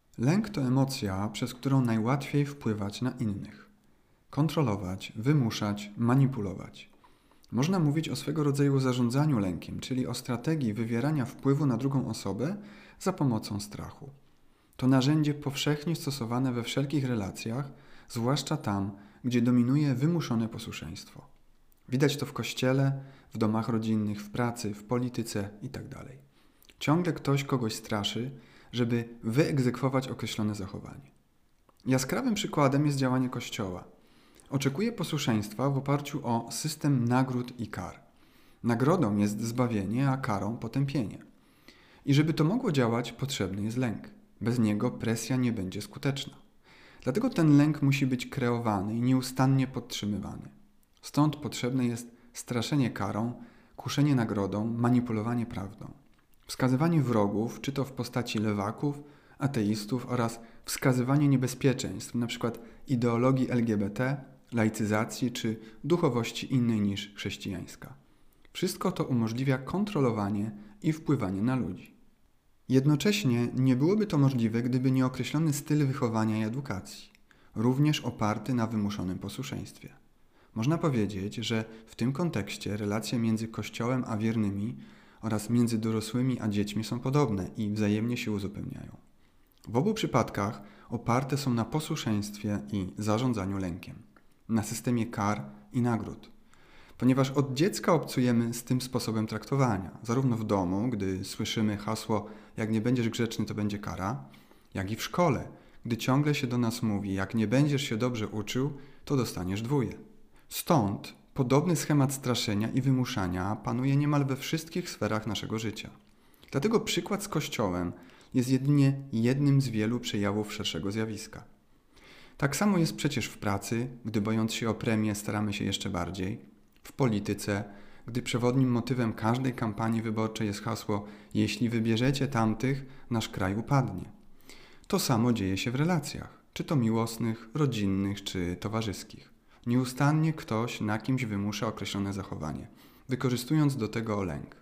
Lęk to emocja, przez którą najłatwiej wpływać na innych. Kontrolować, wymuszać, manipulować. Można mówić o swego rodzaju zarządzaniu lękiem, czyli o strategii wywierania wpływu na drugą osobę za pomocą strachu. To narzędzie powszechnie stosowane we wszelkich relacjach, zwłaszcza tam, gdzie dominuje wymuszone posłuszeństwo. Widać to w kościele, w domach rodzinnych, w pracy, w polityce itd. Ciągle ktoś kogoś straszy, żeby wyegzekwować określone zachowanie. Jaskrawym przykładem jest działanie Kościoła. Oczekuje posłuszeństwa w oparciu o system nagród i kar. Nagrodą jest zbawienie, a karą potępienie. I żeby to mogło działać, potrzebny jest lęk. Bez niego presja nie będzie skuteczna. Dlatego ten lęk musi być kreowany i nieustannie podtrzymywany. Stąd potrzebne jest straszenie karą, kuszenie nagrodą, manipulowanie prawdą. Wskazywanie wrogów, czy to w postaci lewaków, ateistów oraz wskazywanie niebezpieczeństw, np. ideologii LGBT, laicyzacji czy duchowości innej niż chrześcijańska. Wszystko to umożliwia kontrolowanie i wpływanie na ludzi. Jednocześnie nie byłoby to możliwe, gdyby nie określony styl wychowania i edukacji, również oparty na wymuszonym posłuszeństwie. Można powiedzieć, że w tym kontekście relacje między Kościołem a wiernymi oraz między dorosłymi a dziećmi są podobne i wzajemnie się uzupełniają. W obu przypadkach oparte są na posłuszeństwie i zarządzaniu lękiem, na systemie kar i nagród. Ponieważ od dziecka obcujemy z tym sposobem traktowania, zarówno w domu, gdy słyszymy hasło jak nie będziesz grzeczny, to będzie kara, jak i w szkole, gdy ciągle się do nas mówi jak nie będziesz się dobrze uczył, to dostaniesz dwóje. Stąd podobny schemat straszenia i wymuszania panuje niemal we wszystkich sferach naszego życia. Dlatego przykład z Kościołem jest jedynie jednym z wielu przejawów szerszego zjawiska. Tak samo jest przecież w pracy, gdy bojąc się o premię staramy się jeszcze bardziej, w polityce, gdy przewodnim motywem każdej kampanii wyborczej jest hasło jeśli wybierzecie tamtych, nasz kraj upadnie. To samo dzieje się w relacjach, czy to miłosnych, rodzinnych, czy towarzyskich. Nieustannie ktoś na kimś wymusza określone zachowanie, wykorzystując do tego lęk.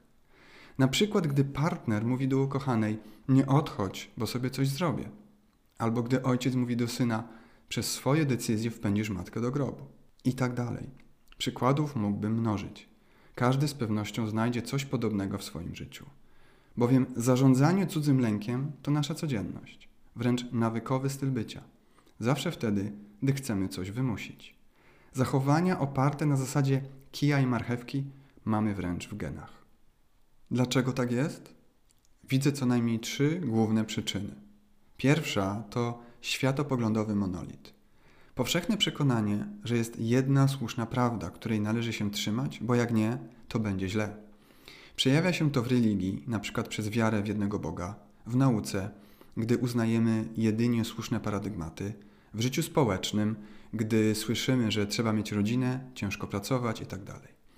Na przykład, gdy partner mówi do ukochanej nie odchodź, bo sobie coś zrobię. Albo gdy ojciec mówi do syna przez swoje decyzje wpędzisz matkę do grobu. I tak dalej. Przykładów mógłbym mnożyć. Każdy z pewnością znajdzie coś podobnego w swoim życiu. Bowiem zarządzanie cudzym lękiem to nasza codzienność, wręcz nawykowy styl bycia. Zawsze wtedy, gdy chcemy coś wymusić. Zachowania oparte na zasadzie kija i marchewki mamy wręcz w genach. Dlaczego tak jest? Widzę co najmniej 3 główne przyczyny. Pierwsza to światopoglądowy monolit. Powszechne przekonanie, że jest jedna słuszna prawda, której należy się trzymać, bo jak nie, to będzie źle. Przejawia się to w religii, np. przez wiarę w jednego Boga, w nauce, gdy uznajemy jedynie słuszne paradygmaty, w życiu społecznym, gdy słyszymy, że trzeba mieć rodzinę, ciężko pracować itd.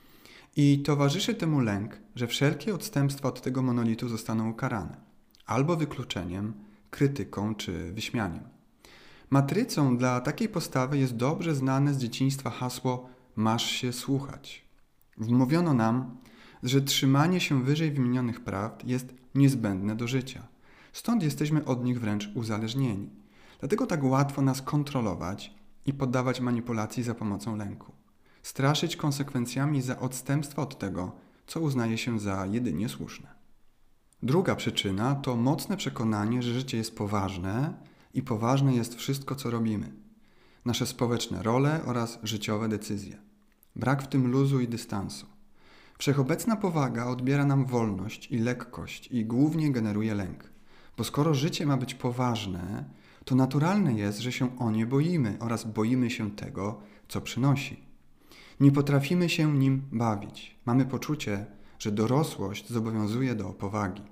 I towarzyszy temu lęk, że wszelkie odstępstwa od tego monolitu zostaną ukarane, albo wykluczeniem, krytyką czy wyśmianiem. Matrycą dla takiej postawy jest dobrze znane z dzieciństwa hasło masz się słuchać. Wmówiono nam, że trzymanie się wyżej wymienionych prawd jest niezbędne do życia. Stąd jesteśmy od nich wręcz uzależnieni. Dlatego tak łatwo nas kontrolować i poddawać manipulacji za pomocą lęku. Straszyć konsekwencjami za odstępstwa od tego, co uznaje się za jedynie słuszne. Druga przyczyna to mocne przekonanie, że życie jest poważne i poważne jest wszystko, co robimy. Nasze społeczne role oraz życiowe decyzje. Brak w tym luzu i dystansu. Wszechobecna powaga odbiera nam wolność i lekkość i głównie generuje lęk. Bo skoro życie ma być poważne, to naturalne jest, że się o nie boimy oraz boimy się tego, co przynosi. Nie potrafimy się nim bawić. Mamy poczucie, że dorosłość zobowiązuje do powagi.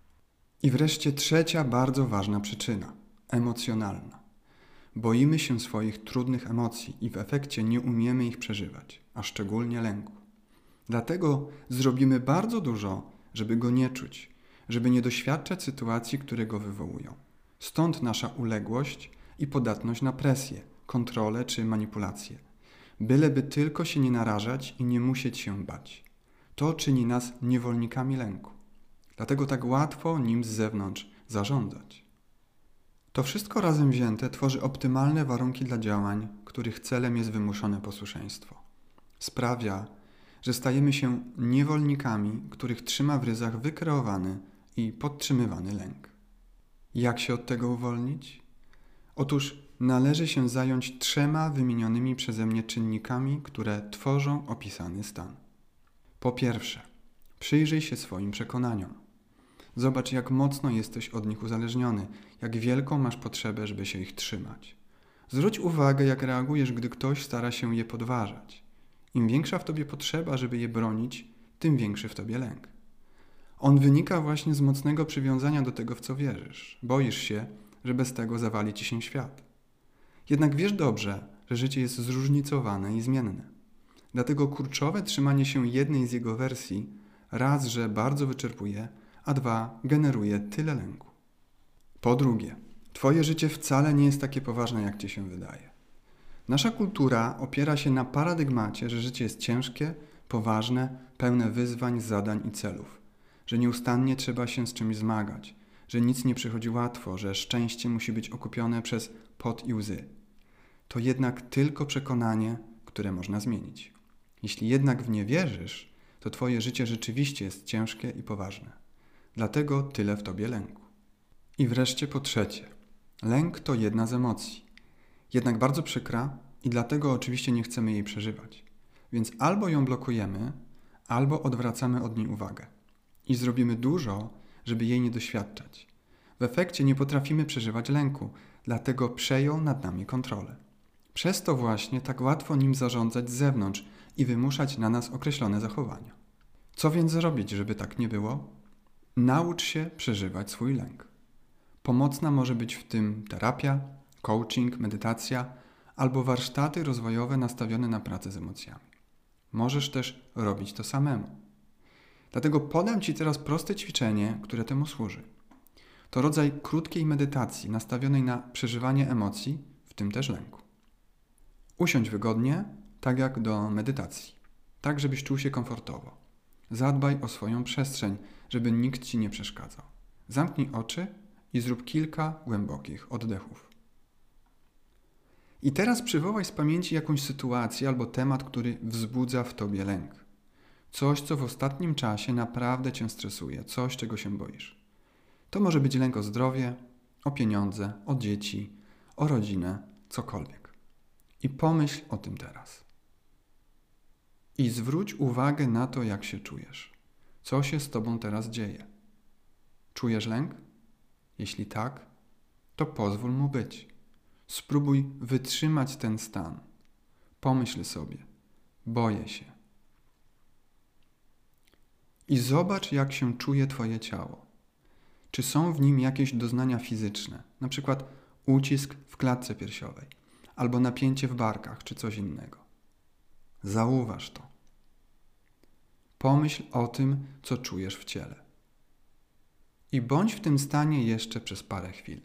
I wreszcie trzecia bardzo ważna przyczyna – emocjonalna. Boimy się swoich trudnych emocji i w efekcie nie umiemy ich przeżywać, a szczególnie lęku. Dlatego zrobimy bardzo dużo, żeby go nie czuć, żeby nie doświadczać sytuacji, które go wywołują. Stąd nasza uległość i podatność na presję, kontrolę czy manipulację. Byleby tylko się nie narażać i nie musieć się bać. To czyni nas niewolnikami lęku. Dlatego tak łatwo nim z zewnątrz zarządzać. To wszystko razem wzięte tworzy optymalne warunki dla działań, których celem jest wymuszone posłuszeństwo. Sprawia, że stajemy się niewolnikami, których trzyma w ryzach wykreowany i podtrzymywany lęk. Jak się od tego uwolnić? Otóż należy się zająć 3 wymienionymi przeze mnie czynnikami, które tworzą opisany stan. Po pierwsze, przyjrzyj się swoim przekonaniom. Zobacz, jak mocno jesteś od nich uzależniony, jak wielką masz potrzebę, żeby się ich trzymać. Zwróć uwagę, jak reagujesz, gdy ktoś stara się je podważać. Im większa w tobie potrzeba, żeby je bronić, tym większy w tobie lęk. On wynika właśnie z mocnego przywiązania do tego, w co wierzysz. Boisz się, że bez tego zawali ci się świat. Jednak wiesz dobrze, że życie jest zróżnicowane i zmienne. Dlatego kurczowe trzymanie się jednej z jego wersji raz, że bardzo wyczerpuje, a 2, generuje tyle lęku. Po drugie, twoje życie wcale nie jest takie poważne, jak ci się wydaje. Nasza kultura opiera się na paradygmacie, że życie jest ciężkie, poważne, pełne wyzwań, zadań i celów. Że nieustannie trzeba się z czymś zmagać, że nic nie przychodzi łatwo, że szczęście musi być okupione przez pot i łzy. To jednak tylko przekonanie, które można zmienić. Jeśli jednak w nie wierzysz, to twoje życie rzeczywiście jest ciężkie i poważne. Dlatego tyle w tobie lęku. I wreszcie po trzecie, lęk to jedna z emocji. Jednak bardzo przykra i dlatego oczywiście nie chcemy jej przeżywać. Więc albo ją blokujemy, albo odwracamy od niej uwagę. I zrobimy dużo, żeby jej nie doświadczać. W efekcie nie potrafimy przeżywać lęku, dlatego przejął nad nami kontrolę. Przez to właśnie tak łatwo nim zarządzać z zewnątrz i wymuszać na nas określone zachowania. Co więc zrobić, żeby tak nie było? Naucz się przeżywać swój lęk. Pomocna może być w tym terapia, coaching, medytacja albo warsztaty rozwojowe nastawione na pracę z emocjami. Możesz też robić to samemu. Dlatego podam ci teraz proste ćwiczenie, które temu służy. To rodzaj krótkiej medytacji nastawionej na przeżywanie emocji, w tym też lęku. Usiądź wygodnie, tak jak do medytacji, tak żebyś czuł się komfortowo. Zadbaj o swoją przestrzeń, żeby nikt ci nie przeszkadzał. Zamknij oczy i zrób kilka głębokich oddechów. I teraz przywołaj z pamięci jakąś sytuację albo temat, który wzbudza w tobie lęk. Coś, co w ostatnim czasie naprawdę cię stresuje, coś, czego się boisz. To może być lęk o zdrowie, o pieniądze, o dzieci, o rodzinę, cokolwiek. I pomyśl o tym teraz. I zwróć uwagę na to, jak się czujesz. Co się z tobą teraz dzieje? Czujesz lęk? Jeśli tak, to pozwól mu być. Spróbuj wytrzymać ten stan. Pomyśl sobie, boję się. I zobacz, jak się czuje twoje ciało. Czy są w nim jakieś doznania fizyczne, na przykład ucisk w klatce piersiowej, albo napięcie w barkach, czy coś innego. Zauważ to. Pomyśl o tym, co czujesz w ciele. I bądź w tym stanie jeszcze przez parę chwil.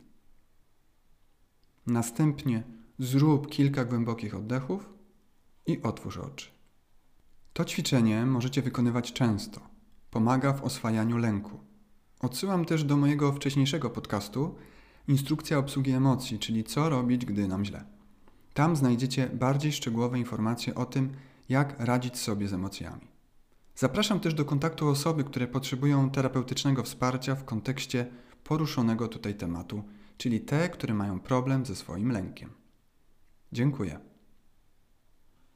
Następnie zrób kilka głębokich oddechów i otwórz oczy. To ćwiczenie możecie wykonywać często. Pomaga w oswajaniu lęku. Odsyłam też do mojego wcześniejszego podcastu Instrukcja obsługi emocji, czyli co robić, gdy nam źle. Tam znajdziecie bardziej szczegółowe informacje o tym, jak radzić sobie z emocjami. Zapraszam też do kontaktu osoby, które potrzebują terapeutycznego wsparcia w kontekście poruszonego tutaj tematu, czyli te, które mają problem ze swoim lękiem. Dziękuję.